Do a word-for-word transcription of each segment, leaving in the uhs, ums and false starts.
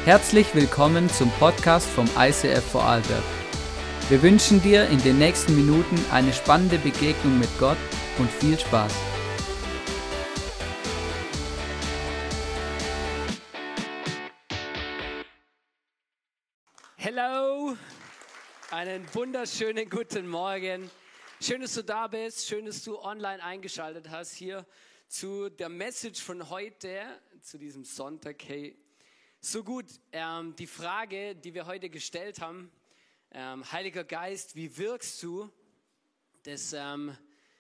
Herzlich willkommen zum Podcast vom I C F Vorarlberg. Wir wünschen dir in den nächsten Minuten eine spannende Begegnung mit Gott und viel Spaß. Hello, einen wunderschönen guten Morgen. Schön, dass du da bist, schön, dass du online eingeschaltet hast hier zu der Message von heute, zu diesem Sonntag. Hey, so gut, ähm, die Frage, die wir heute gestellt haben, ähm, Heiliger Geist, wie wirkst du? Das ähm,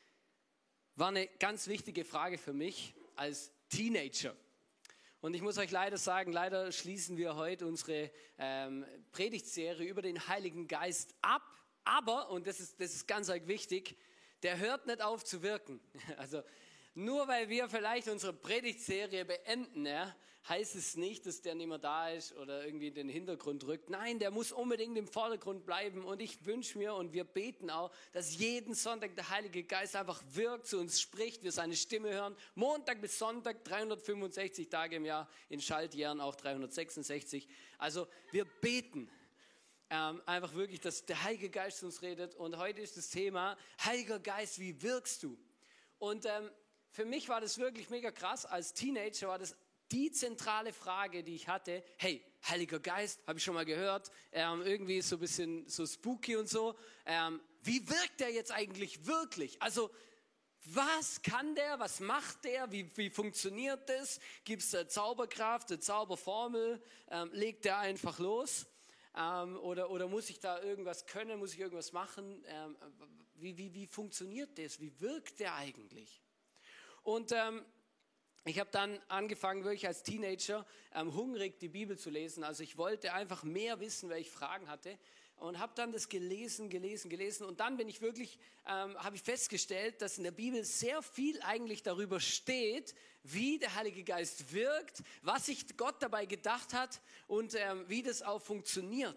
war eine ganz wichtige Frage für mich als Teenager. Und ich muss euch leider sagen, leider schließen wir heute unsere ähm, Predigtserie über den Heiligen Geist ab. Aber, und das ist, das ist ganz arg wichtig, der hört nicht auf zu wirken. Also nur weil wir vielleicht unsere Predigtserie beenden, ja, heißt es nicht, dass der nicht mehr da ist oder irgendwie in den Hintergrund rückt. Nein, der muss unbedingt im Vordergrund bleiben. Und ich wünsche mir und wir beten auch, dass jeden Sonntag der Heilige Geist einfach wirkt, zu uns spricht, wir seine Stimme hören. Montag bis Sonntag, dreihundertfünfundsechzig Tage im Jahr, in Schaltjahren auch dreihundertsechsundsechzig. Also wir beten ähm, einfach wirklich, dass der Heilige Geist zu uns redet. Und heute ist das Thema, Heiliger Geist, wie wirkst du? Und ähm, für mich war das wirklich mega krass. Als Teenager war das die zentrale Frage, die ich hatte. Hey, Heiliger Geist, habe ich schon mal gehört. Ähm, irgendwie so ein bisschen so spooky und so. Ähm, wie wirkt der jetzt eigentlich wirklich? Also, was kann der? Was macht der? Wie, wie funktioniert das? Gibt es eine Zauberkraft, eine Zauberformel? Ähm, legt der einfach los? Ähm, oder, oder muss ich da irgendwas können? Muss ich irgendwas machen? Ähm, wie, wie, wie funktioniert das? Wie wirkt der eigentlich? Und ähm, ich habe dann angefangen, wirklich als Teenager ähm, hungrig die Bibel zu lesen. Also ich wollte einfach mehr wissen, weil ich Fragen hatte. Und habe dann das gelesen, gelesen, gelesen. Und dann bin ich wirklich, ähm, habe ich festgestellt, dass in der Bibel sehr viel eigentlich darüber steht, wie der Heilige Geist wirkt, was sich Gott dabei gedacht hat und ähm, wie das auch funktioniert.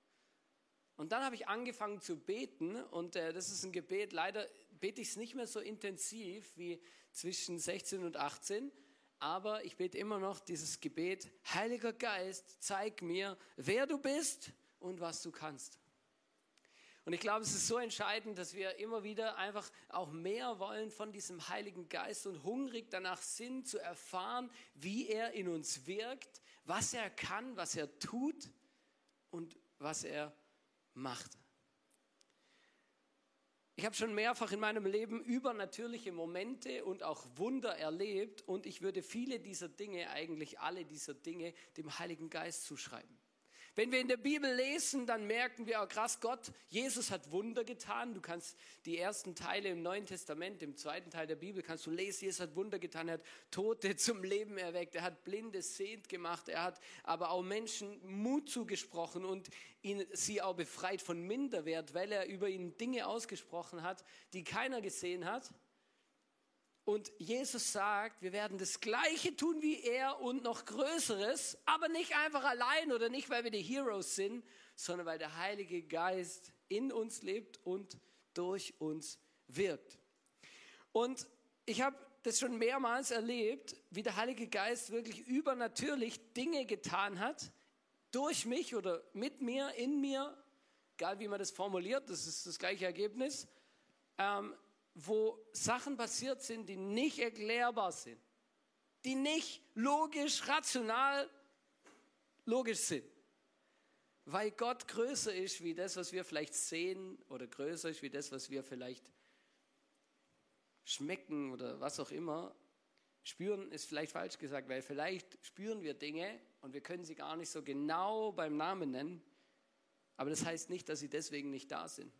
Und dann habe ich angefangen zu beten. Und äh, das ist ein Gebet, leider bete ich es nicht mehr so intensiv wie zwischen sechzehn und achtzehn, aber ich bete immer noch dieses Gebet, Heiliger Geist, zeig mir, wer du bist und was du kannst. Und ich glaube, es ist so entscheidend, dass wir immer wieder einfach auch mehr wollen von diesem Heiligen Geist und hungrig danach sind, zu erfahren, wie er in uns wirkt, was er kann, was er tut und was er macht. Ich habe schon mehrfach in meinem Leben übernatürliche Momente und auch Wunder erlebt und ich würde viele dieser Dinge, eigentlich alle dieser Dinge, dem Heiligen Geist zuschreiben. Wenn wir in der Bibel lesen, dann merken wir auch krass, Gott, Jesus hat Wunder getan. Du kannst die ersten Teile im Neuen Testament, im zweiten Teil der Bibel, kannst du lesen, Jesus hat Wunder getan, er hat Tote zum Leben erweckt, er hat Blinde sehend gemacht, er hat aber auch Menschen Mut zugesprochen und ihn, sie auch befreit von Minderwert, weil er über ihnen Dinge ausgesprochen hat, die keiner gesehen hat. Und Jesus sagt, wir werden das Gleiche tun wie er und noch Größeres, aber nicht einfach allein oder nicht, weil wir die Heroes sind, sondern weil der Heilige Geist in uns lebt und durch uns wirkt. Und ich habe das schon mehrmals erlebt, wie der Heilige Geist wirklich übernatürlich Dinge getan hat, durch mich oder mit mir, in mir, egal wie man das formuliert, das ist das gleiche Ergebnis, ähm, wo Sachen passiert sind, die nicht erklärbar sind, die nicht logisch, rational, logisch sind. Weil Gott größer ist wie das, was wir vielleicht sehen oder größer ist wie das, was wir vielleicht schmecken oder was auch immer. Spüren ist vielleicht falsch gesagt, weil vielleicht spüren wir Dinge und wir können sie gar nicht so genau beim Namen nennen, aber das heißt nicht, dass sie deswegen nicht da sind.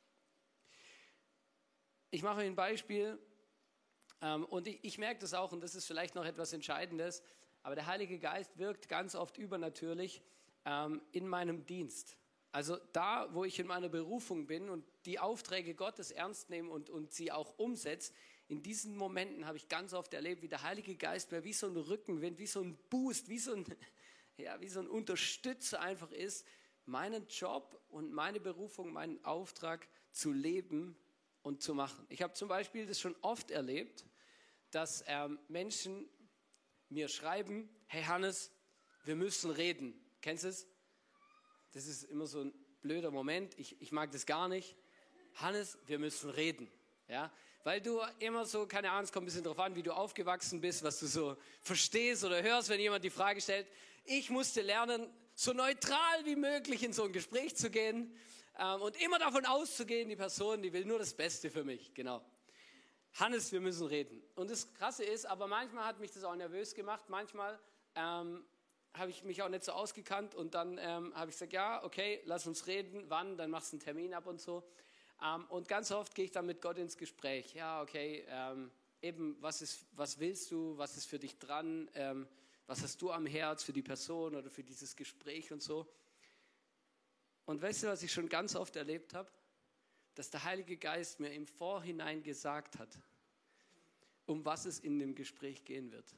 Ich mache ein Beispiel ähm, und ich, ich merke das auch und das ist vielleicht noch etwas Entscheidendes, aber der Heilige Geist wirkt ganz oft übernatürlich ähm, in meinem Dienst. Also da, wo ich in meiner Berufung bin und die Aufträge Gottes ernst nehme und, und sie auch umsetze, in diesen Momenten habe ich ganz oft erlebt, wie der Heilige Geist mir wie so ein Rückenwind, wie so ein Boost, wie so ein, ja, wie so ein Unterstützer einfach ist, meinen Job und meine Berufung, meinen Auftrag zu leben und zu machen. Ich habe zum Beispiel das schon oft erlebt, dass ähm, Menschen mir schreiben, hey Hannes, wir müssen reden. Kennst du es? Das ist immer so ein blöder Moment. Ich, ich mag das gar nicht. Hannes, wir müssen reden. Ja? Weil du immer so, keine Ahnung, es kommt ein bisschen drauf an, wie du aufgewachsen bist, was du so verstehst oder hörst, wenn jemand die Frage stellt. Ich musste lernen, so neutral wie möglich in so ein Gespräch zu gehen ähm, und immer davon auszugehen, die Person, die will nur das Beste für mich. Genau. Hannes, wir müssen reden. Und das Krasse ist, aber manchmal hat mich das auch nervös gemacht. Manchmal ähm, habe ich mich auch nicht so ausgekannt und dann ähm, habe ich gesagt, ja, okay, lass uns reden. Wann? Dann machst du einen Termin ab und so. Ähm, und ganz oft gehe ich dann mit Gott ins Gespräch. Ja, okay, ähm, eben, was ist, was willst du? Was ist für dich dran? Ähm, was hast du am Herz für die Person oder für dieses Gespräch und so? Und weißt du, was ich schon ganz oft erlebt habe? Dass der Heilige Geist mir im Vorhinein gesagt hat, um was es in dem Gespräch gehen wird.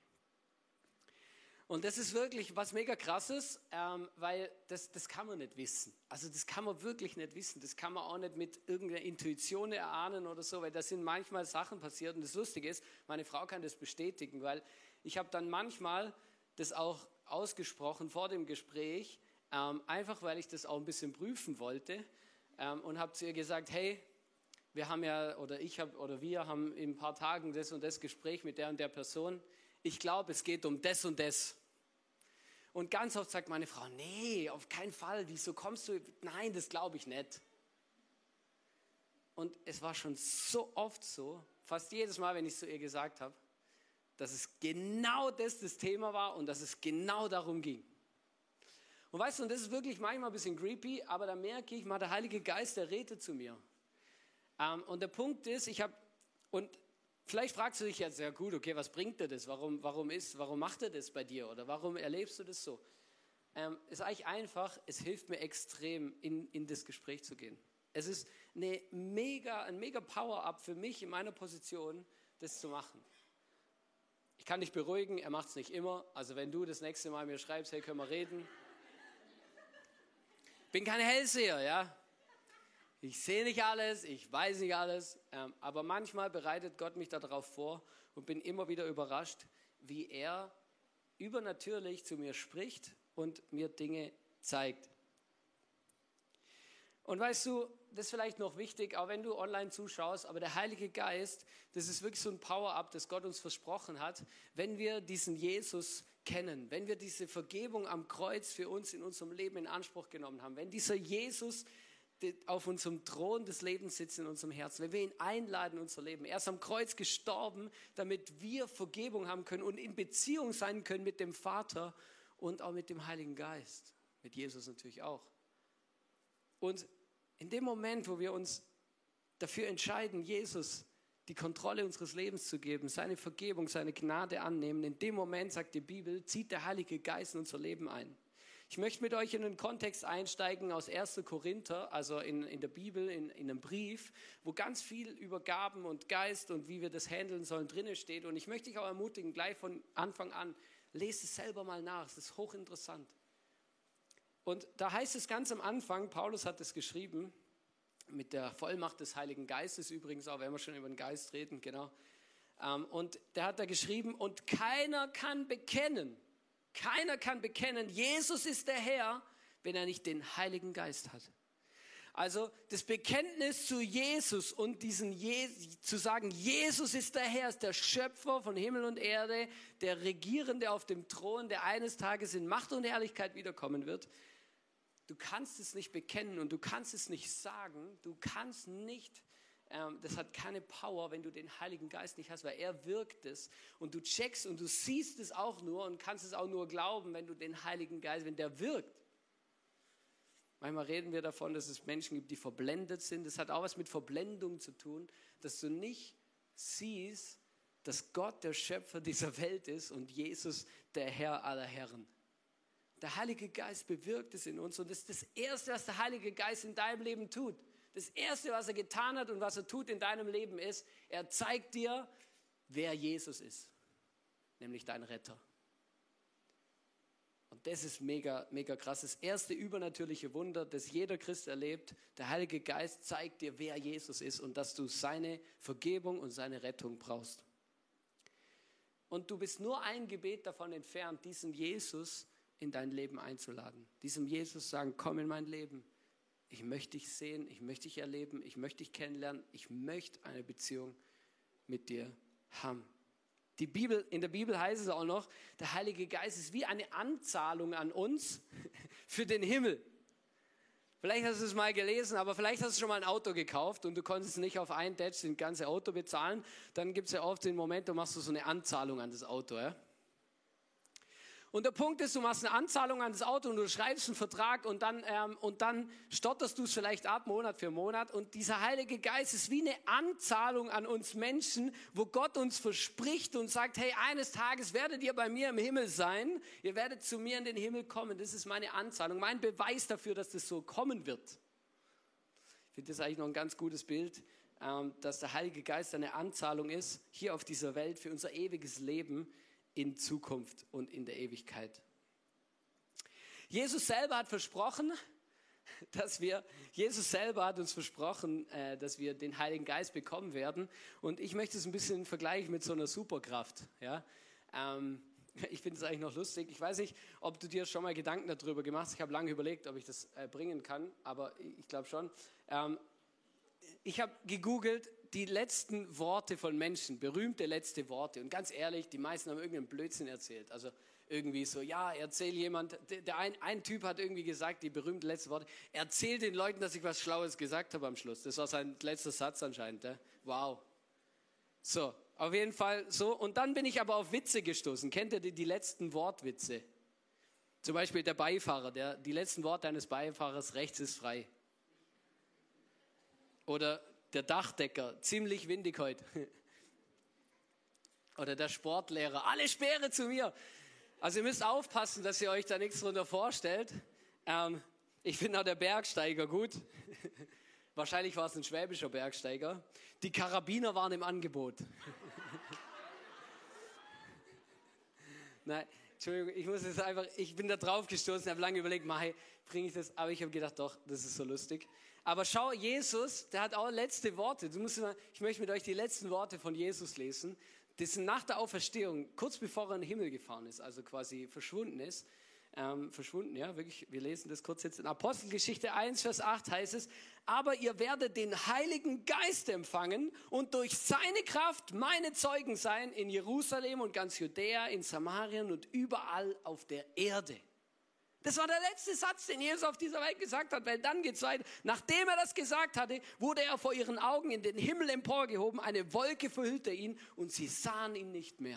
Und das ist wirklich was mega krasses, ähm, weil das, das kann man nicht wissen. Also das kann man wirklich nicht wissen. Das kann man auch nicht mit irgendeiner Intuition erahnen oder so, weil da sind manchmal Sachen passiert. Und das Lustige ist, meine Frau kann das bestätigen, weil ich habe dann manchmal das auch ausgesprochen vor dem Gespräch, ähm, einfach weil ich das auch ein bisschen prüfen wollte. Ähm, und habe zu ihr gesagt, hey, wir haben ja, oder ich habe, oder wir haben in ein paar Tagen das und das Gespräch mit der und der Person. Ich glaube, es geht um das und das. Und ganz oft sagt meine Frau, nee, auf keinen Fall, wieso kommst du, nein, das glaube ich nicht. Und es war schon so oft so, fast jedes Mal, wenn ich es zu ihr gesagt habe, dass es genau das das Thema war und dass es genau darum ging. Und weißt du, und das ist wirklich manchmal ein bisschen creepy, aber da merke ich mal, der Heilige Geist, der redet zu mir. Ähm, und der Punkt ist, ich habe, und vielleicht fragst du dich jetzt, ja gut, okay, was bringt dir das? Warum, warum, ist, warum macht er das bei dir? Oder warum erlebst du das so? Ähm, ist eigentlich einfach, es hilft mir extrem, in, in das Gespräch zu gehen. Es ist eine mega, ein mega Power-Up für mich in meiner Position, das zu machen. Ich kann dich beruhigen, er macht es nicht immer. Also wenn du das nächste Mal mir schreibst, hey, können wir reden? Bin kein Hellseher, ja. Ich sehe nicht alles, ich weiß nicht alles, ähm, aber manchmal bereitet Gott mich darauf vor und bin immer wieder überrascht, wie er übernatürlich zu mir spricht und mir Dinge zeigt. Und weißt du, das ist vielleicht noch wichtig, auch wenn du online zuschaust, aber der Heilige Geist, das ist wirklich so ein Power-Up, das Gott uns versprochen hat, wenn wir diesen Jesus kennen, wenn wir diese Vergebung am Kreuz für uns in unserem Leben in Anspruch genommen haben, wenn dieser Jesus auf unserem Thron des Lebens sitzt in unserem Herzen, wenn wir ihn einladen in unser Leben. Er ist am Kreuz gestorben, damit wir Vergebung haben können und in Beziehung sein können mit dem Vater und auch mit dem Heiligen Geist, mit Jesus natürlich auch. Und in dem Moment, wo wir uns dafür entscheiden, Jesus die Kontrolle unseres Lebens zu geben, seine Vergebung, seine Gnade annehmen, in dem Moment, sagt die Bibel, zieht der Heilige Geist in unser Leben ein. Ich möchte mit euch in einen Kontext einsteigen aus erster Korinther, also in, in der Bibel, in, in einem Brief, wo ganz viel über Gaben und Geist und wie wir das handeln sollen drin steht. Und ich möchte dich auch ermutigen, gleich von Anfang an, lese es selber mal nach, es ist hochinteressant. Und da heißt es ganz am Anfang, Paulus hat es geschrieben, mit der Vollmacht des Heiligen Geistes übrigens, auch wenn wir schon über den Geist reden, genau. Und der hat da geschrieben, und keiner kann bekennen, keiner kann bekennen, Jesus ist der Herr, wenn er nicht den Heiligen Geist hat. Also das Bekenntnis zu Jesus und diesen Je- zu sagen, Jesus ist der Herr, ist der Schöpfer von Himmel und Erde, der Regierende auf dem Thron, der eines Tages in Macht und Herrlichkeit wiederkommen wird. Du kannst es nicht bekennen und du kannst es nicht sagen, du kannst nicht, ähm, das hat keine Power, wenn du den Heiligen Geist nicht hast, weil er wirkt es und du checkst und du siehst es auch nur und kannst es auch nur glauben, wenn du den Heiligen Geist, wenn der wirkt. Manchmal reden wir davon, dass es Menschen gibt, die verblendet sind. Das hat auch was mit Verblendung zu tun, dass du nicht siehst, dass Gott der Schöpfer dieser Welt ist und Jesus der Herr aller Herren. Der Heilige Geist bewirkt es in uns und das ist das Erste, was der Heilige Geist in deinem Leben tut. Das Erste, was er getan hat und was er tut in deinem Leben ist, er zeigt dir, wer Jesus ist, nämlich dein Retter. Und das ist mega, mega krass. Das erste übernatürliche Wunder, das jeder Christ erlebt, der Heilige Geist zeigt dir, wer Jesus ist und dass du seine Vergebung und seine Rettung brauchst. Und du bist nur ein Gebet davon entfernt, diesen Jesus in dein Leben einzuladen. Diesem Jesus sagen, komm in mein Leben. Ich möchte dich sehen, ich möchte dich erleben, ich möchte dich kennenlernen, ich möchte eine Beziehung mit dir haben. Die Bibel, in der Bibel heißt es auch noch, der Heilige Geist ist wie eine Anzahlung an uns für den Himmel. Vielleicht hast du es mal gelesen, aber vielleicht hast du schon mal ein Auto gekauft und du konntest nicht auf einen Datsch das ganze Auto bezahlen. Dann gibt es ja oft den Moment, da machst du so eine Anzahlung an das Auto. Ja? Und der Punkt ist, du machst eine Anzahlung an das Auto und du schreibst einen Vertrag und dann, ähm, und dann stotterst du es vielleicht ab, Monat für Monat. Und dieser Heilige Geist ist wie eine Anzahlung an uns Menschen, wo Gott uns verspricht und sagt, hey, eines Tages werdet ihr bei mir im Himmel sein. Ihr werdet zu mir in den Himmel kommen. Das ist meine Anzahlung, mein Beweis dafür, dass das so kommen wird. Ich finde das eigentlich noch ein ganz gutes Bild, ähm, dass der Heilige Geist eine Anzahlung ist, hier auf dieser Welt für unser ewiges Leben in Zukunft und in der Ewigkeit. Jesus selber hat versprochen, dass wir, Jesus selber hat uns versprochen, äh, dass wir den Heiligen Geist bekommen werden. Und ich möchte es ein bisschen vergleichen mit so einer Superkraft. Ja? Ähm, ich finde es eigentlich noch lustig. Ich weiß nicht, ob du dir schon mal Gedanken darüber gemacht hast. Ich habe lange überlegt, ob ich das äh, bringen kann, aber ich glaube schon. Ähm, ich habe gegoogelt, die letzten Worte von Menschen, berühmte letzte Worte. Und ganz ehrlich, die meisten haben irgendeinen Blödsinn erzählt. Also irgendwie so, ja, erzähl jemand, der ein, ein Typ hat irgendwie gesagt, die berühmten letzten Worte, erzähl den Leuten, dass ich was Schlaues gesagt habe am Schluss. Das war sein letzter Satz anscheinend. Ja? Wow. So, auf jeden Fall so. Und dann bin ich aber auf Witze gestoßen. Kennt ihr die, die letzten Wortwitze? Zum Beispiel der Beifahrer, der, die letzten Worte eines Beifahrers, rechts ist frei. Oder der Dachdecker, ziemlich windig heute. Oder der Sportlehrer, alle Speere zu mir. Also ihr müsst aufpassen, dass ihr euch da nichts drunter vorstellt. Ähm, ich finde auch der Bergsteiger gut. Wahrscheinlich war es ein schwäbischer Bergsteiger. Die Karabiner waren im Angebot. Nein, Entschuldigung, ich muss jetzt einfach, ich bin da drauf gestoßen, habe lange überlegt, Mai, bringe ich das? Aber ich habe gedacht, doch, das ist so lustig. Aber schau, Jesus, der hat auch letzte Worte. Du musst mal, ich möchte mit euch die letzten Worte von Jesus lesen. Das sind nach der Auferstehung, kurz bevor er in den Himmel gefahren ist, also quasi verschwunden ist. Ähm, verschwunden, ja, wirklich, wir lesen das kurz jetzt in Apostelgeschichte eins, Vers acht heißt es, aber ihr werdet den Heiligen Geist empfangen und durch seine Kraft meine Zeugen sein in Jerusalem und ganz Judäa, in Samarien und überall auf der Erde. Das war der letzte Satz, den Jesus auf dieser Welt gesagt hat, weil dann geht's weiter. Nachdem er das gesagt hatte, wurde er vor ihren Augen in den Himmel emporgehoben, eine Wolke verhüllte ihn und sie sahen ihn nicht mehr.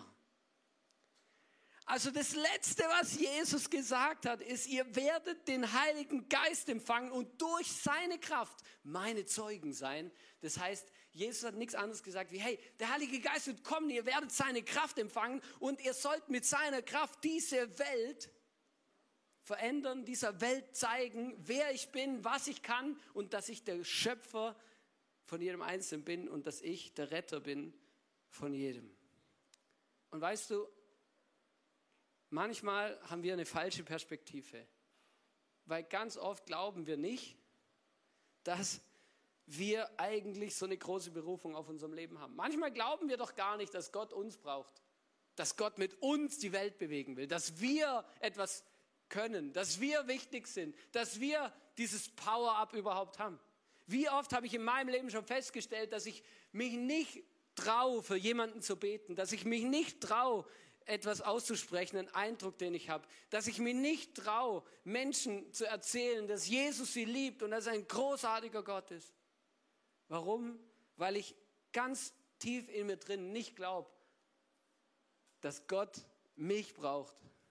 Also das Letzte, was Jesus gesagt hat, ist, ihr werdet den Heiligen Geist empfangen und durch seine Kraft meine Zeugen sein. Das heißt, Jesus hat nichts anderes gesagt wie, hey, der Heilige Geist wird kommen, ihr werdet seine Kraft empfangen und ihr sollt mit seiner Kraft diese Welt verändern, dieser Welt zeigen, wer ich bin, was ich kann und dass ich der Schöpfer von jedem Einzelnen bin und dass ich der Retter bin von jedem. Und weißt du, manchmal haben wir eine falsche Perspektive, weil ganz oft glauben wir nicht, dass wir eigentlich so eine große Berufung auf unserem Leben haben. Manchmal glauben wir doch gar nicht, dass Gott uns braucht, dass Gott mit uns die Welt bewegen will, dass wir etwas können, dass wir wichtig sind, dass wir dieses Power-Up überhaupt haben. Wie oft habe ich in meinem Leben schon festgestellt, dass ich mich nicht traue, für jemanden zu beten, dass ich mich nicht traue, etwas auszusprechen, einen Eindruck, den ich habe, dass ich mich nicht traue, Menschen zu erzählen, dass Jesus sie liebt und dass er ein großartiger Gott ist. Warum? Weil ich ganz tief in mir drin nicht glaube, dass Gott mich braucht.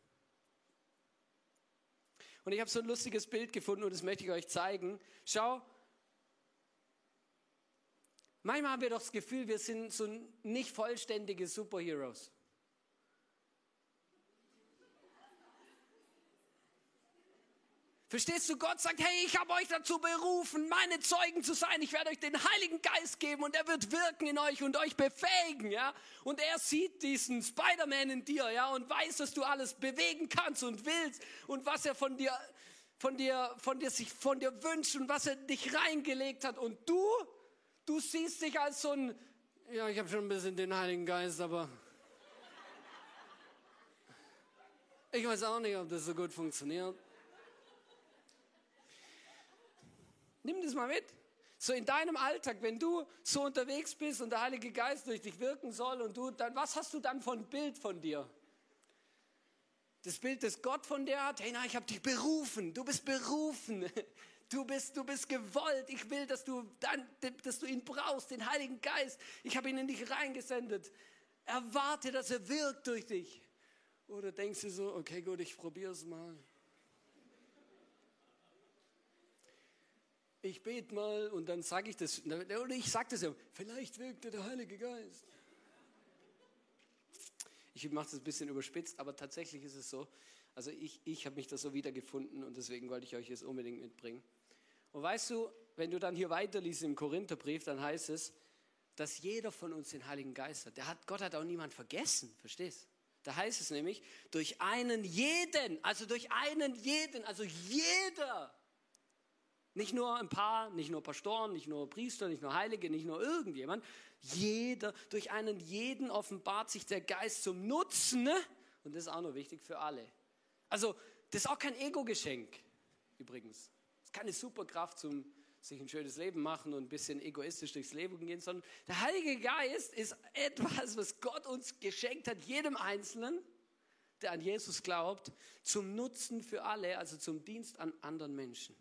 Und ich habe so ein lustiges Bild gefunden und das möchte ich euch zeigen. Schau, manchmal haben wir doch das Gefühl, wir sind so nicht vollständige Superheroes. Verstehst du, Gott sagt, hey, ich habe euch dazu berufen, meine Zeugen zu sein. Ich werde euch den Heiligen Geist geben und er wird wirken in euch und euch befähigen, ja. Und er sieht diesen Spider-Man in dir, ja, und weiß, dass du alles bewegen kannst und willst und was er von dir, von dir, von dir sich von dir wünscht und was er dich reingelegt hat. Und du, du siehst dich als so ein, ja, ich habe schon ein bisschen den Heiligen Geist, aber Ich weiß auch nicht, ob das so gut funktioniert. Nimm das mal mit. So in deinem Alltag, wenn du so unterwegs bist und der Heilige Geist durch dich wirken soll und du dann, was hast du dann für ein Bild von dir? Das Bild, das Gott von dir hat, hey, nein, ich habe dich berufen, du bist berufen, du bist, du bist gewollt, ich will, dass du, dann, dass du ihn brauchst, den Heiligen Geist, ich habe ihn in dich reingesendet, erwarte, dass er wirkt durch dich. Oder denkst du so, okay gut, ich probiere es mal. Ich bete mal und dann sage ich das, oder ich sage das ja, vielleicht wirkte der Heilige Geist. Ich mache das ein bisschen überspitzt, aber tatsächlich ist es so. Also ich, ich habe mich da so wiedergefunden und deswegen wollte ich euch das unbedingt mitbringen. Und weißt du, wenn du dann hier weiterliest im Korintherbrief, dann heißt es, dass jeder von uns den Heiligen Geist hat. Der hat Gott hat auch niemand vergessen, verstehst? Da heißt es nämlich, durch einen jeden, also durch einen jeden, also jeder. Nicht nur ein paar, nicht nur Pastoren, nicht nur Priester, nicht nur Heilige, nicht nur irgendjemand. Jeder, durch einen jeden offenbart sich der Geist zum Nutzen. Ne? Und das ist auch noch wichtig für alle. Also das ist auch kein Ego-Geschenk übrigens. Das ist keine Superkraft zum sich ein schönes Leben machen und ein bisschen egoistisch durchs Leben gehen, sondern der Heilige Geist ist etwas, was Gott uns geschenkt hat, jedem Einzelnen, der an Jesus glaubt, zum Nutzen für alle, also zum Dienst an anderen Menschen.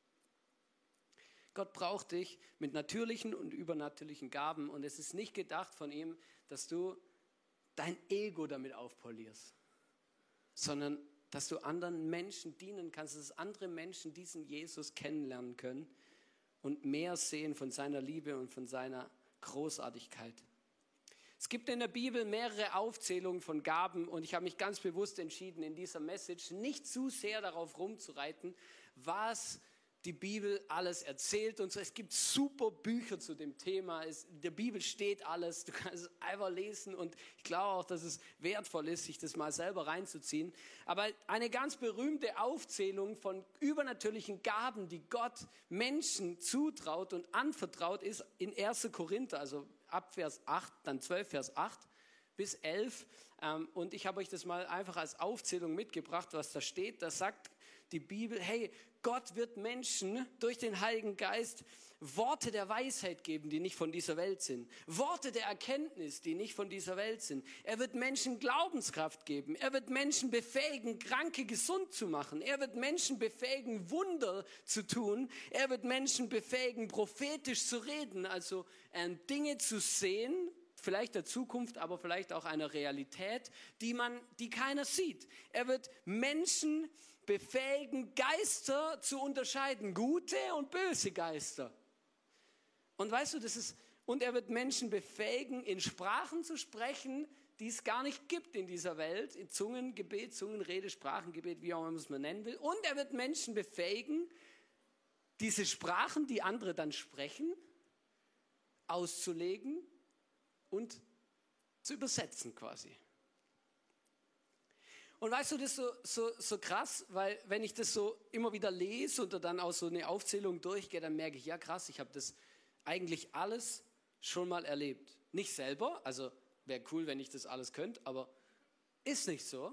Gott braucht dich mit natürlichen und übernatürlichen Gaben und es ist nicht gedacht von ihm, dass du dein Ego damit aufpolierst, sondern dass du anderen Menschen dienen kannst, dass andere Menschen diesen Jesus kennenlernen können und mehr sehen von seiner Liebe und von seiner Großartigkeit. Es gibt in der Bibel mehrere Aufzählungen von Gaben und ich habe mich ganz bewusst entschieden, in dieser Message nicht zu sehr darauf rumzureiten, was die Bibel alles erzählt und so. Es gibt super Bücher zu dem Thema. Es, in der Bibel steht alles. Du kannst es einfach lesen und ich glaube auch, dass es wertvoll ist, sich das mal selber reinzuziehen. Aber eine ganz berühmte Aufzählung von übernatürlichen Gaben, die Gott Menschen zutraut und anvertraut, ist in erster Korinther, also ab Vers acht, dann zwölf, Vers acht bis elf. Und ich habe euch das mal einfach als Aufzählung mitgebracht, was da steht. Da sagt die Bibel, hey, Gott wird Menschen durch den Heiligen Geist Worte der Weisheit geben, die nicht von dieser Welt sind. Worte der Erkenntnis, die nicht von dieser Welt sind. Er wird Menschen Glaubenskraft geben. Er wird Menschen befähigen, Kranke gesund zu machen. Er wird Menschen befähigen, Wunder zu tun. Er wird Menschen befähigen, prophetisch zu reden, also äh, Dinge zu sehen, vielleicht der Zukunft, aber vielleicht auch einer Realität, die man, die keiner sieht. Er wird Menschen befähigen, Geister zu unterscheiden, gute und böse Geister. Und weißt du, das ist, und er wird Menschen befähigen, in Sprachen zu sprechen, die es gar nicht gibt in dieser Welt, in Zungengebet, Zungenrede, Sprachengebet, wie auch immer man es nennen will. Und er wird Menschen befähigen, diese Sprachen, die andere dann sprechen, auszulegen und zu übersetzen quasi. Und weißt du, das ist so, so, so krass, weil wenn ich das so immer wieder lese und dann auch so eine Aufzählung durchgehe, dann merke ich, ja krass, ich habe das eigentlich alles schon mal erlebt. Nicht selber, also wäre cool, wenn ich das alles könnte, aber ist nicht so.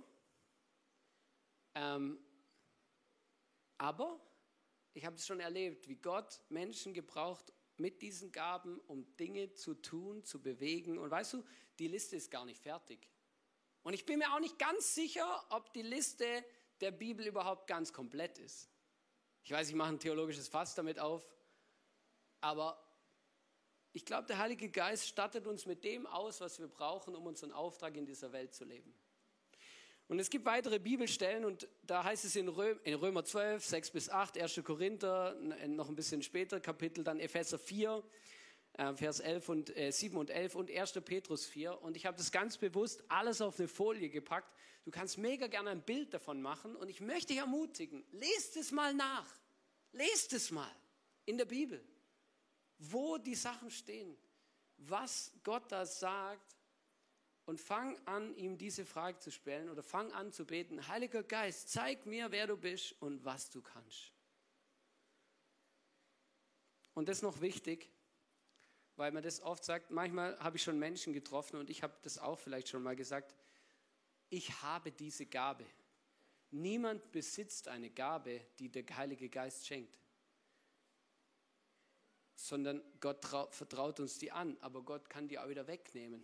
Ähm, aber ich habe es schon erlebt, wie Gott Menschen gebraucht mit diesen Gaben, um Dinge zu tun, zu bewegen. Und weißt du, die Liste ist gar nicht fertig. Und ich bin mir auch nicht ganz sicher, ob die Liste der Bibel überhaupt ganz komplett ist. Ich weiß, ich mache ein theologisches Fass damit auf, aber ich glaube, der Heilige Geist stattet uns mit dem aus, was wir brauchen, um unseren Auftrag in dieser Welt zu leben. Und es gibt weitere Bibelstellen und da heißt es in, Rö- in Römer zwölf, sechs bis acht, erster Korinther, noch ein bisschen später Kapitel, dann Epheser vier, Vers elf und, äh, sieben und elf und erster Petrus vier. Und ich habe das ganz bewusst alles auf eine Folie gepackt. Du kannst mega gerne ein Bild davon machen. Und ich möchte dich ermutigen, lest es mal nach. Lest es mal in der Bibel, wo die Sachen stehen, was Gott da sagt. Und fang an, ihm diese Frage zu stellen oder fang an zu beten. Heiliger Geist, zeig mir, wer du bist und was du kannst. Und das ist noch wichtig, weil man das oft sagt, manchmal habe ich schon Menschen getroffen und ich habe das auch vielleicht schon mal gesagt, ich habe diese Gabe. Niemand besitzt eine Gabe, die der Heilige Geist schenkt. Sondern Gott trau- vertraut uns die an, aber Gott kann die auch wieder wegnehmen.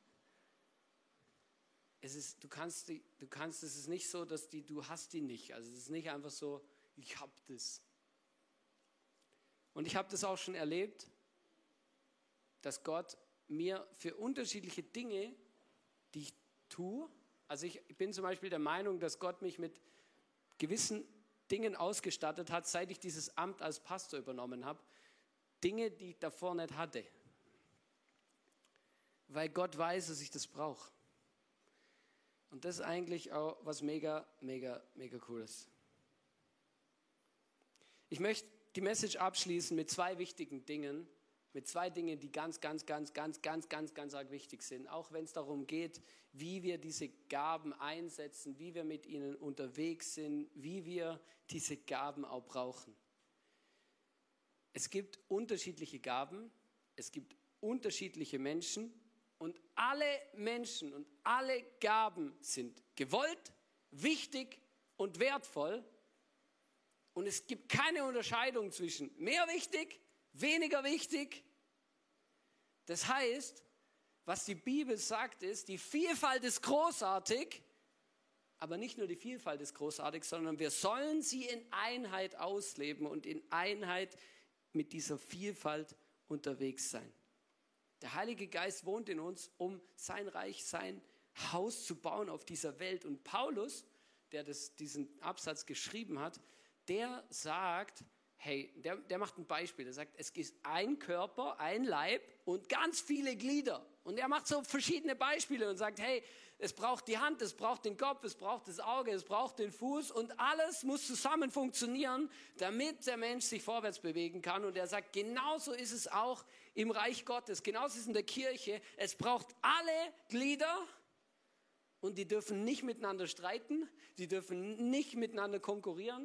Es ist, du kannst, die, du kannst, es ist nicht so, dass die, du hast die nicht. Also es ist nicht einfach so, ich hab das. Und ich habe das auch schon erlebt, dass Gott mir für unterschiedliche Dinge, die ich tue, also ich bin zum Beispiel der Meinung, dass Gott mich mit gewissen Dingen ausgestattet hat, seit ich dieses Amt als Pastor übernommen habe, Dinge, die ich davor nicht hatte. Weil Gott weiß, dass ich das brauche. Und das ist eigentlich auch was mega, mega, mega Cooles. Ich möchte die Message abschließen mit zwei wichtigen Dingen, mit zwei Dingen, die ganz, ganz, ganz, ganz, ganz, ganz, ganz arg wichtig sind. Auch wenn es darum geht, wie wir diese Gaben einsetzen, wie wir mit ihnen unterwegs sind, wie wir diese Gaben auch brauchen. Es gibt unterschiedliche Gaben, es gibt unterschiedliche Menschen und alle Menschen und alle Gaben sind gewollt, wichtig und wertvoll. Und es gibt keine Unterscheidung zwischen mehr wichtig, weniger wichtig. Das heißt, was die Bibel sagt, ist, die Vielfalt ist großartig, aber nicht nur die Vielfalt ist großartig, sondern wir sollen sie in Einheit ausleben und in Einheit mit dieser Vielfalt unterwegs sein. Der Heilige Geist wohnt in uns, um sein Reich, sein Haus zu bauen auf dieser Welt. Und Paulus, der das, diesen Absatz geschrieben hat, der sagt, hey, der, der macht ein Beispiel. Der sagt, es gibt ein Körper, ein Leib und ganz viele Glieder. Und er macht so verschiedene Beispiele und sagt, hey, es braucht die Hand, es braucht den Kopf, es braucht das Auge, es braucht den Fuß und alles muss zusammen funktionieren, damit der Mensch sich vorwärts bewegen kann. Und er sagt, genauso ist es auch im Reich Gottes, genauso ist es in der Kirche. Es braucht alle Glieder und die dürfen nicht miteinander streiten, die dürfen nicht miteinander konkurrieren.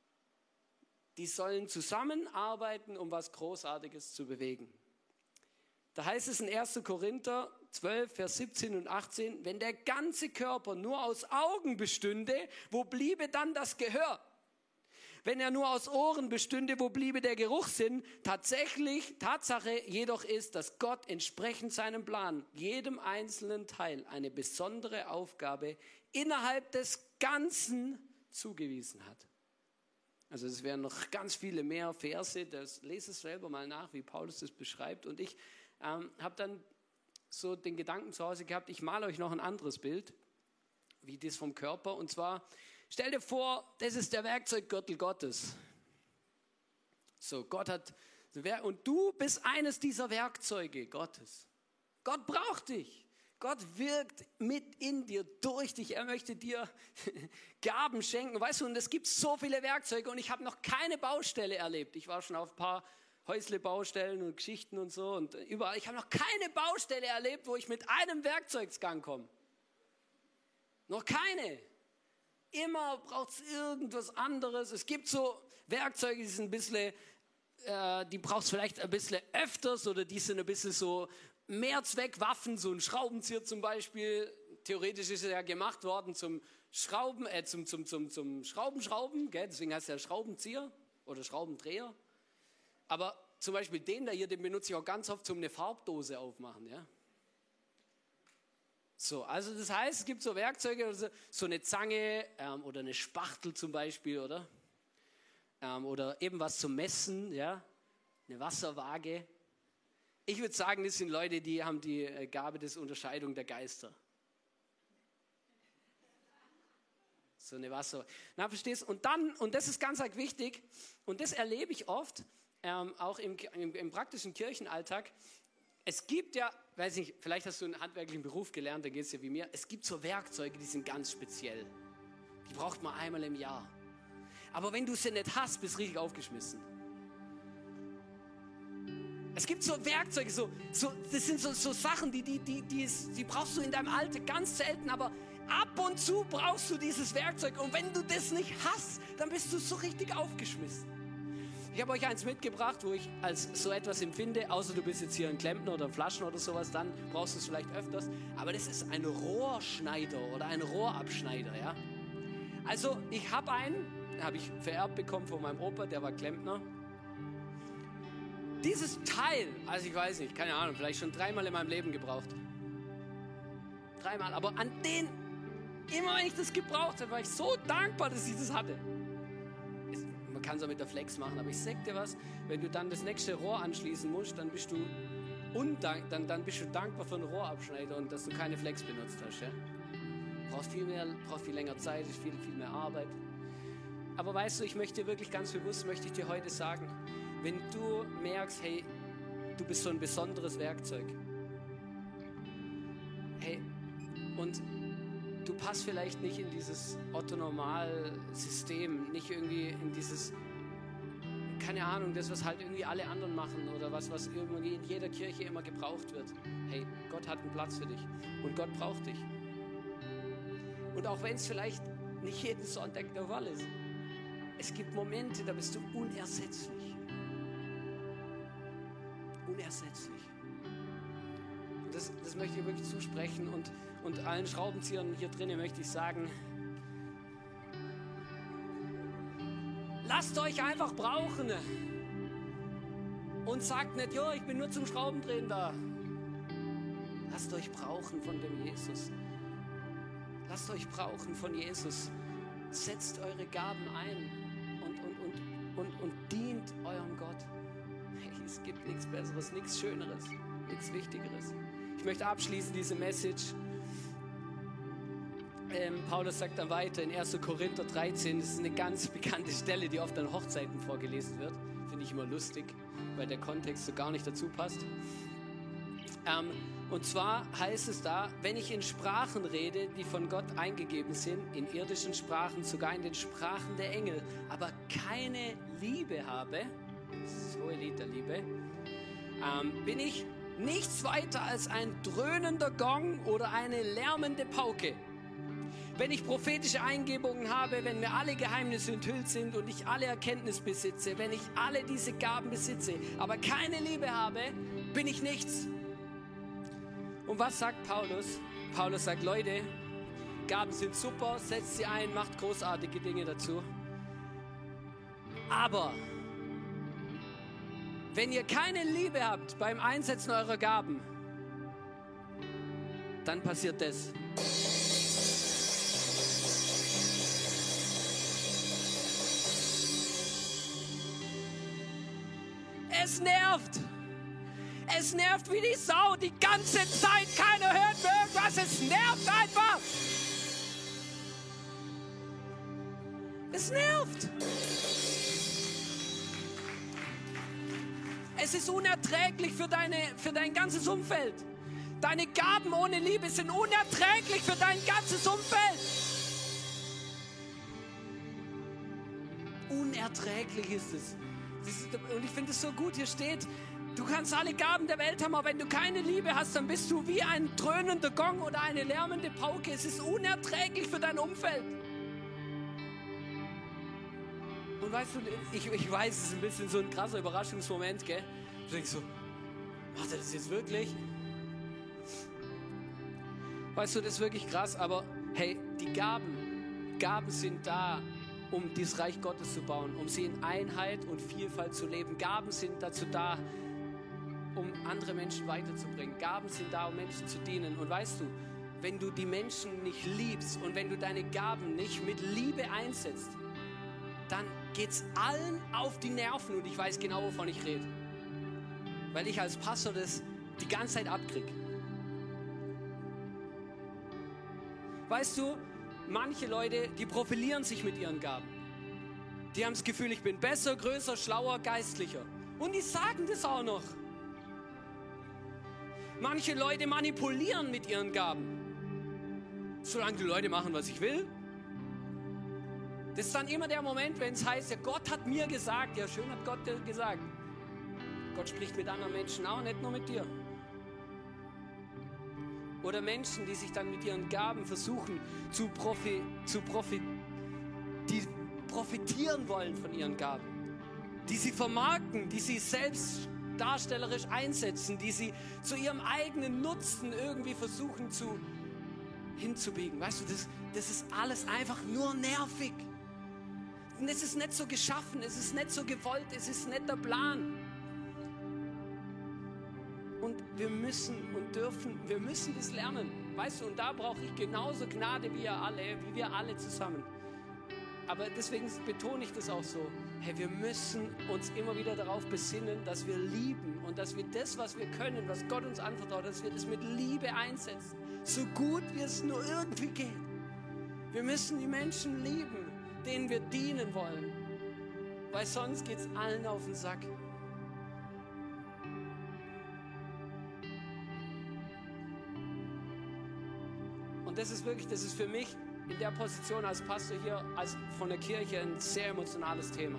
Die sollen zusammenarbeiten, um was Großartiges zu bewegen. Da heißt es in erster Korinther zwölf, Vers siebzehn und achtzehn, wenn der ganze Körper nur aus Augen bestünde, wo bliebe dann das Gehör? Wenn er nur aus Ohren bestünde, wo bliebe der Geruchssinn? Tatsächlich, Tatsache jedoch ist, dass Gott entsprechend seinem Plan jedem einzelnen Teil eine besondere Aufgabe innerhalb des Ganzen zugewiesen hat. Also es wären noch ganz viele mehr Verse, das lese es selber mal nach, wie Paulus das beschreibt. Und ich ähm, habe dann so den Gedanken zu Hause gehabt, ich male euch noch ein anderes Bild, wie das vom Körper. Und zwar, stell dir vor, das ist der Werkzeuggürtel Gottes. So, Gott hat, und du bist eines dieser Werkzeuge Gottes. Gott braucht dich. Gott wirkt mit in dir, durch dich. Er möchte dir Gaben schenken. Weißt du, und es gibt so viele Werkzeuge und ich habe noch keine Baustelle erlebt. Ich war schon auf ein paar Häusle-Baustellen und Geschichten und so und überall. Ich habe noch keine Baustelle erlebt, wo ich mit einem Werkzeugsgang komme. Noch keine. Immer braucht es irgendwas anderes. Es gibt so Werkzeuge, die sind ein bisschen, äh, die brauchst du vielleicht ein bisschen öfters oder die sind ein bisschen so Mehrzweckwaffen, so ein Schraubenzieher zum Beispiel. Theoretisch ist er ja gemacht worden zum Schrauben, äh, zum, zum, zum, zum Schraubenschrauben, gell? Deswegen heißt er Schraubenzieher oder Schraubendreher. Aber zum Beispiel den da hier, den benutze ich auch ganz oft zum eine Farbdose aufmachen, ja. So, also das heißt, es gibt so Werkzeuge, also so eine Zange ähm, oder eine Spachtel zum Beispiel, oder? Ähm, oder eben was zum Messen, ja, eine Wasserwaage. Ich würde sagen, das sind Leute, die haben die Gabe des Unterscheidung der Geister. So eine Wasser. Na, verstehst du? Und dann, und das ist ganz arg wichtig, und das erlebe ich oft, ähm, auch im, im, im praktischen Kirchenalltag. Es gibt ja, weiß nicht, vielleicht hast du einen handwerklichen Beruf gelernt, dann geht es ja wie mir. Es gibt so Werkzeuge, die sind ganz speziell. Die braucht man einmal im Jahr. Aber wenn du sie nicht hast, bist du richtig aufgeschmissen. Es gibt so Werkzeuge, so, so, das sind so, so Sachen, die, die, die, die, ist, die brauchst du in deinem Alltag ganz selten, aber ab und zu brauchst du dieses Werkzeug. Und wenn du das nicht hast, dann bist du so richtig aufgeschmissen. Ich habe euch eins mitgebracht, wo ich als so etwas empfinde, außer du bist jetzt hier ein Klempner oder ein Flaschen oder sowas, dann brauchst du es vielleicht öfters. Aber das ist ein Rohrschneider oder ein Rohrabschneider, ja. Also ich habe einen, den habe ich vererbt bekommen von meinem Opa, der war Klempner. Dieses Teil, also ich weiß nicht, keine Ahnung, vielleicht schon dreimal in meinem Leben gebraucht. Dreimal, aber an den, immer wenn ich das gebraucht habe, war ich so dankbar, dass ich das hatte. Es, man kann es auch mit der Flex machen, aber ich sag dir was, wenn du dann das nächste Rohr anschließen musst, dann bist du undank, dann, dann bist du dankbar für einen Rohrabschneider und dass du keine Flex benutzt hast. Ja? Brauchst viel mehr, brauchst viel länger Zeit, ist viel, viel mehr Arbeit. Aber weißt du, ich möchte dir wirklich ganz bewusst, möchte ich dir heute sagen, wenn du merkst, hey, du bist so ein besonderes Werkzeug. Hey, und du passt vielleicht nicht in dieses Otto-Normal-System, nicht irgendwie in dieses, keine Ahnung, das, was halt irgendwie alle anderen machen oder was, was irgendwie in jeder Kirche immer gebraucht wird. Hey, Gott hat einen Platz für dich und Gott braucht dich. Und auch wenn es vielleicht nicht jeden Sonntag der Fall ist, es gibt Momente, da bist du unersetzlich. Unersetzlich. Und das, das möchte ich wirklich zusprechen und, und allen Schraubenziehern hier drinnen möchte ich sagen, lasst euch einfach brauchen und sagt nicht, jo, ich bin nur zum Schraubendrehen da. Lasst euch brauchen von dem Jesus. Lasst euch brauchen von Jesus. Setzt eure Gaben ein und, und, und, und, und dient eurem Gott. Hey, es gibt nichts Besseres, nichts Schöneres, nichts Wichtigeres. Ich möchte abschließen diese Message. Ähm, Paulus sagt dann weiter in erster Korinther dreizehn, das ist eine ganz bekannte Stelle, die oft an Hochzeiten vorgelesen wird. Finde ich immer lustig, weil der Kontext so gar nicht dazu passt. Ähm, und zwar heißt es da, wenn ich in Sprachen rede, die von Gott eingegeben sind, in irdischen Sprachen, sogar in den Sprachen der Engel, aber keine Liebe habe, das ist das hohe Lied der Liebe, ähm, bin ich nichts weiter als ein dröhnender Gong oder eine lärmende Pauke. Wenn ich prophetische Eingebungen habe, wenn mir alle Geheimnisse enthüllt sind und ich alle Erkenntnis besitze, wenn ich alle diese Gaben besitze, aber keine Liebe habe, bin ich nichts. Und was sagt Paulus? Paulus sagt, Leute, Gaben sind super, setzt sie ein, macht großartige Dinge dazu. Aber wenn ihr keine Liebe habt beim Einsetzen eurer Gaben, dann passiert das. Es nervt. Es nervt wie die Sau die ganze Zeit. Keiner hört mehr irgendwas. Es nervt einfach. Es nervt. Es ist unerträglich für, deine, für dein ganzes Umfeld. Deine Gaben ohne Liebe sind unerträglich für dein ganzes Umfeld. Unerträglich ist es. Das ist, und ich finde es so gut, hier steht, du kannst alle Gaben der Welt haben, aber wenn du keine Liebe hast, dann bist du wie ein dröhnender Gong oder eine lärmende Pauke. Es ist unerträglich für dein Umfeld. Und weißt du, ich, ich weiß, es ist ein bisschen so ein krasser Überraschungsmoment, gell? Du denkst so, macht er das jetzt wirklich? Weißt du, das ist wirklich krass, aber hey, die Gaben, Gaben sind da, um das Reich Gottes zu bauen, um sie in Einheit und Vielfalt zu leben. Gaben sind dazu da, um andere Menschen weiterzubringen. Gaben sind da, um Menschen zu dienen. Und weißt du, wenn du die Menschen nicht liebst und wenn du deine Gaben nicht mit Liebe einsetzt, dann geht's allen auf die Nerven und ich weiß genau, wovon ich rede. Weil ich als Pastor das die ganze Zeit abkriege. Weißt du, manche Leute, die profilieren sich mit ihren Gaben. Die haben das Gefühl, ich bin besser, größer, schlauer, geistlicher. Und die sagen das auch noch. Manche Leute manipulieren mit ihren Gaben. Solange die Leute machen, was ich will. Das ist dann immer der Moment, wenn es heißt, ja, Gott hat mir gesagt. Ja, schön hat Gott dir gesagt. Gott spricht mit anderen Menschen auch, nicht nur mit dir. Oder Menschen, die sich dann mit ihren Gaben versuchen zu, profi, zu profi, die profitieren wollen von ihren Gaben. Die sie vermarkten, die sie selbst darstellerisch einsetzen, die sie zu ihrem eigenen Nutzen irgendwie versuchen zu, hinzubiegen. Weißt du, das, das ist alles einfach nur nervig. Und es ist nicht so geschaffen, es ist nicht so gewollt, es ist nicht der Plan. Und wir müssen und dürfen, wir müssen das lernen. Weißt du, und da brauche ich genauso Gnade wie ihr alle, wie wir alle zusammen. Aber deswegen betone ich das auch so. Hey, wir müssen uns immer wieder darauf besinnen, dass wir lieben und dass wir das, was wir können, was Gott uns anvertraut, dass wir das mit Liebe einsetzen. So gut wie es nur irgendwie geht. Wir müssen die Menschen lieben, denen wir dienen wollen. Weil sonst geht es allen auf den Sack. Und das ist wirklich, das ist für mich in der Position als Pastor hier, als von der Kirche, ein sehr emotionales Thema.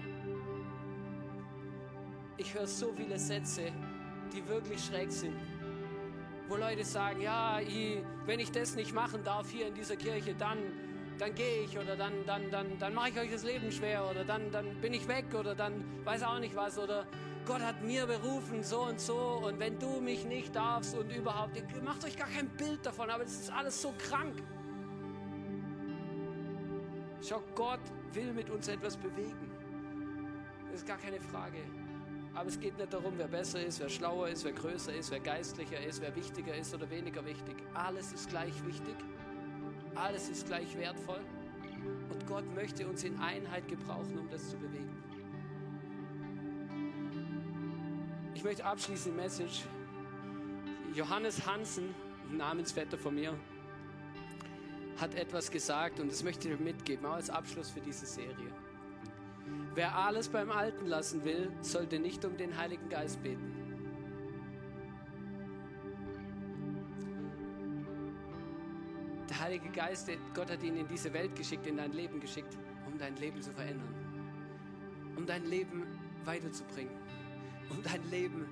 Ich höre so viele Sätze, die wirklich schräg sind. Wo Leute sagen, ja, ich, wenn ich das nicht machen darf hier in dieser Kirche, dann, dann gehe ich oder dann, dann, dann, dann mache ich euch das Leben schwer oder dann, dann bin ich weg oder dann weiß auch nicht was oder Gott hat mir berufen, so und so und wenn du mich nicht darfst und überhaupt, ihr macht euch gar kein Bild davon, aber das ist alles so krank. Schau, Gott will mit uns etwas bewegen. Das ist gar keine Frage. Aber es geht nicht darum, wer besser ist, wer schlauer ist, wer größer ist, wer geistlicher ist, wer wichtiger ist oder weniger wichtig. Alles ist gleich wichtig. Alles ist gleich wertvoll. Und Gott möchte uns in Einheit gebrauchen, um das zu bewegen. Ich möchte abschließend die Message. Johannes Hansen, ein Namensvetter von mir, hat etwas gesagt und das möchte ich mitgeben, auch als Abschluss für diese Serie. Wer alles beim Alten lassen will, sollte nicht um den Heiligen Geist beten. Der Heilige Geist, Gott hat ihn in diese Welt geschickt, in dein Leben geschickt, um dein Leben zu verändern. Um dein Leben weiterzubringen. Um dein Leben...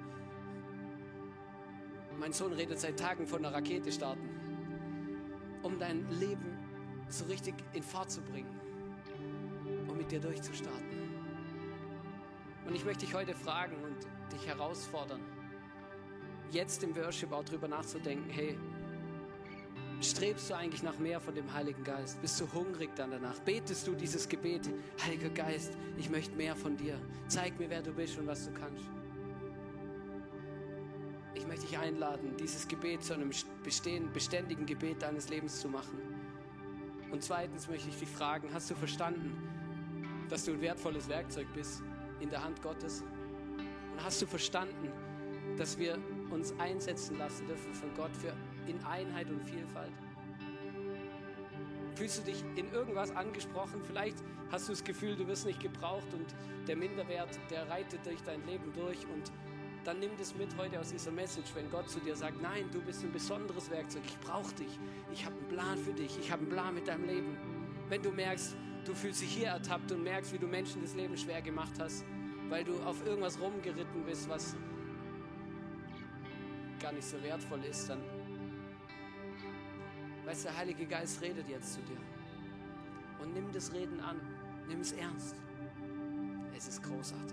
Mein Sohn redet seit Tagen von einer Rakete starten. Um dein Leben so richtig in Fahrt zu bringen. Um mit dir durchzustarten. Und ich möchte dich heute fragen und dich herausfordern, jetzt im Worship auch drüber nachzudenken, hey, strebst du eigentlich nach mehr von dem Heiligen Geist? Bist du hungrig dann danach? Betest du dieses Gebet, Heiliger Geist, ich möchte mehr von dir. Zeig mir, wer du bist und was du kannst. Ich möchte dich einladen, dieses Gebet zu einem bestehen, beständigen Gebet deines Lebens zu machen. Und zweitens möchte ich dich fragen, hast du verstanden, dass du ein wertvolles Werkzeug bist in der Hand Gottes? Und hast du verstanden, dass wir uns einsetzen lassen dürfen von Gott für in Einheit und Vielfalt? Fühlst du dich in irgendwas angesprochen? Vielleicht hast du das Gefühl, du wirst nicht gebraucht und der Minderwert, der reitet durch dein Leben durch und dann nimm das mit heute aus dieser Message, wenn Gott zu dir sagt, nein, du bist ein besonderes Werkzeug, ich brauche dich, ich habe einen Plan für dich, ich habe einen Plan mit deinem Leben. Wenn du merkst, du fühlst dich hier ertappt und merkst, wie du Menschen das Leben schwer gemacht hast, weil du auf irgendwas rumgeritten bist, was gar nicht so wertvoll ist, dann weißt du, der Heilige Geist redet jetzt zu dir. Und nimm das Reden an, nimm es ernst. Es ist großartig.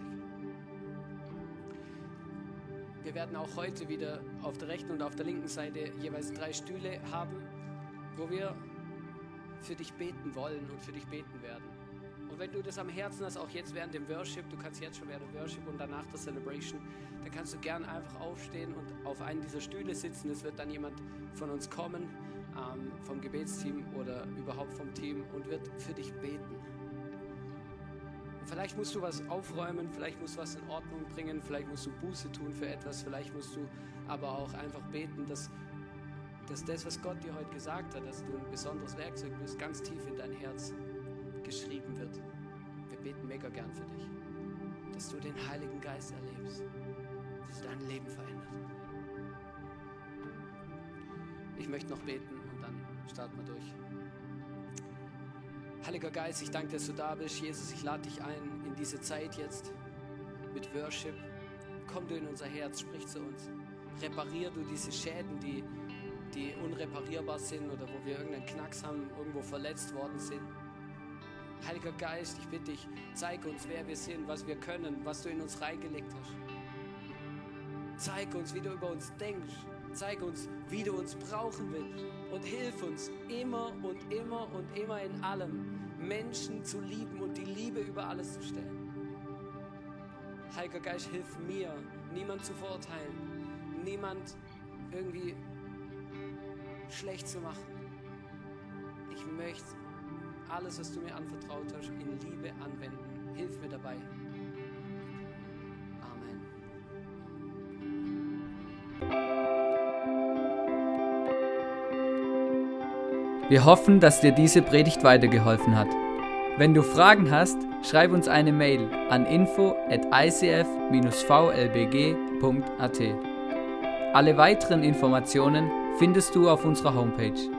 Wir werden auch heute wieder auf der rechten und auf der linken Seite jeweils drei Stühle haben, wo wir für dich beten wollen und für dich beten werden. Und wenn du das am Herzen hast, auch jetzt während dem Worship, du kannst jetzt schon während dem Worship und danach der Celebration, dann kannst du gern einfach aufstehen und auf einen dieser Stühle sitzen. Es wird dann jemand von uns kommen, ähm, vom Gebetsteam oder überhaupt vom Team und wird für dich beten. Vielleicht musst du was aufräumen, vielleicht musst du was in Ordnung bringen, vielleicht musst du Buße tun für etwas, vielleicht musst du aber auch einfach beten, dass, dass das, was Gott dir heute gesagt hat, dass du ein besonderes Werkzeug bist, ganz tief in dein Herz geschrieben wird. Wir beten mega gern für dich, dass du den Heiligen Geist erlebst, dass dein Leben verändert. Ich möchte noch beten und dann starten wir durch. Heiliger Geist, ich danke, dass du da bist. Jesus, ich lade dich ein in diese Zeit jetzt mit Worship. Komm du in unser Herz, sprich zu uns. Reparier du diese Schäden, die, die unreparierbar sind oder wo wir irgendeinen Knacks haben, irgendwo verletzt worden sind. Heiliger Geist, ich bitte dich, zeig uns, wer wir sind, was wir können, was du in uns reingelegt hast. Zeig uns, wie du über uns denkst. Zeig uns, wie du uns brauchen willst. Und hilf uns immer und immer und immer in allem Menschen zu lieben und die Liebe über alles zu stellen. Heiliger Geist, hilf mir, niemand zu verurteilen, niemand irgendwie schlecht zu machen. Ich möchte alles, was du mir anvertraut hast, in Liebe anwenden. Hilf mir dabei. Amen. Wir hoffen, dass dir diese Predigt weitergeholfen hat. Wenn du Fragen hast, schreib uns eine Mail an info at i c f dash v l b g punkt a t. Alle weiteren Informationen findest du auf unserer Homepage.